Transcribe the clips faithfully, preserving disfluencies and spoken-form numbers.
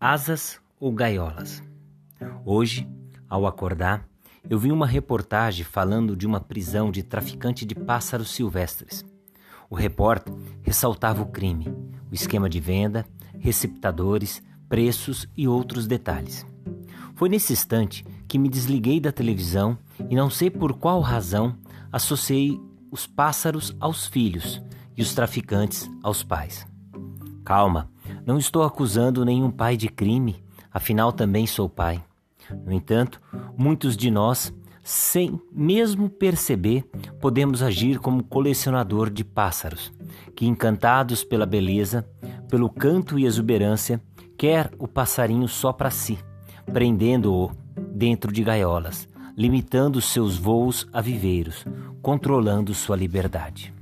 Asas ou gaiolas? Hoje, ao acordar, eu vi uma reportagem falando de uma prisão de traficante de pássaros silvestres. O repórter ressaltava o crime, o esquema de venda, receptadores, preços e outros detalhes. Foi nesse instante que me desliguei da televisão e não sei por qual razão associei os pássaros aos filhos e os traficantes aos pais. Calma, não estou acusando nenhum pai de crime, afinal também sou pai. No entanto, muitos de nós, sem mesmo perceber, podemos agir como colecionador de pássaros, que encantados pela beleza, pelo canto e exuberância, quer o passarinho só para si, prendendo-o dentro de gaiolas, limitando seus voos a viveiros, controlando sua liberdade.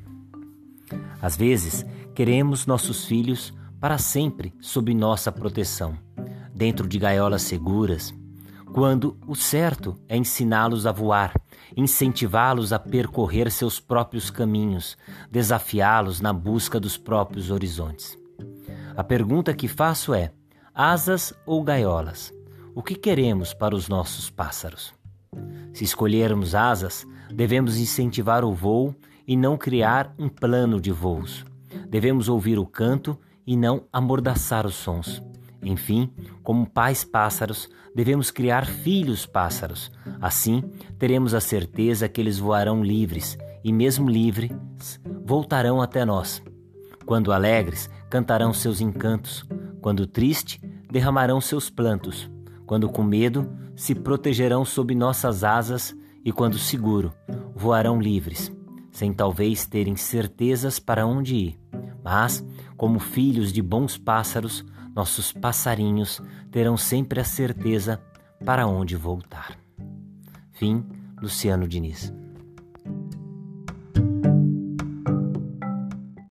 Às vezes, queremos nossos filhos para sempre sob nossa proteção, dentro de gaiolas seguras, quando o certo é ensiná-los a voar, incentivá-los a percorrer seus próprios caminhos, desafiá-los na busca dos próprios horizontes. A pergunta que faço é: asas ou gaiolas? O que queremos para os nossos pássaros? Se escolhermos asas, devemos incentivar o voo e não criar um plano de voos. Devemos ouvir o canto e não amordaçar os sons. Enfim, como pais pássaros, devemos criar filhos pássaros. Assim, teremos a certeza que eles voarão livres e, mesmo livres, voltarão até nós. Quando alegres, cantarão seus encantos. Quando triste, derramarão seus plantos. Quando com medo, se protegerão sob nossas asas e quando seguro, voarão livres, sem talvez terem certezas para onde ir. Mas, como filhos de bons pássaros, nossos passarinhos terão sempre a certeza para onde voltar. Fim, Luciano Diniz.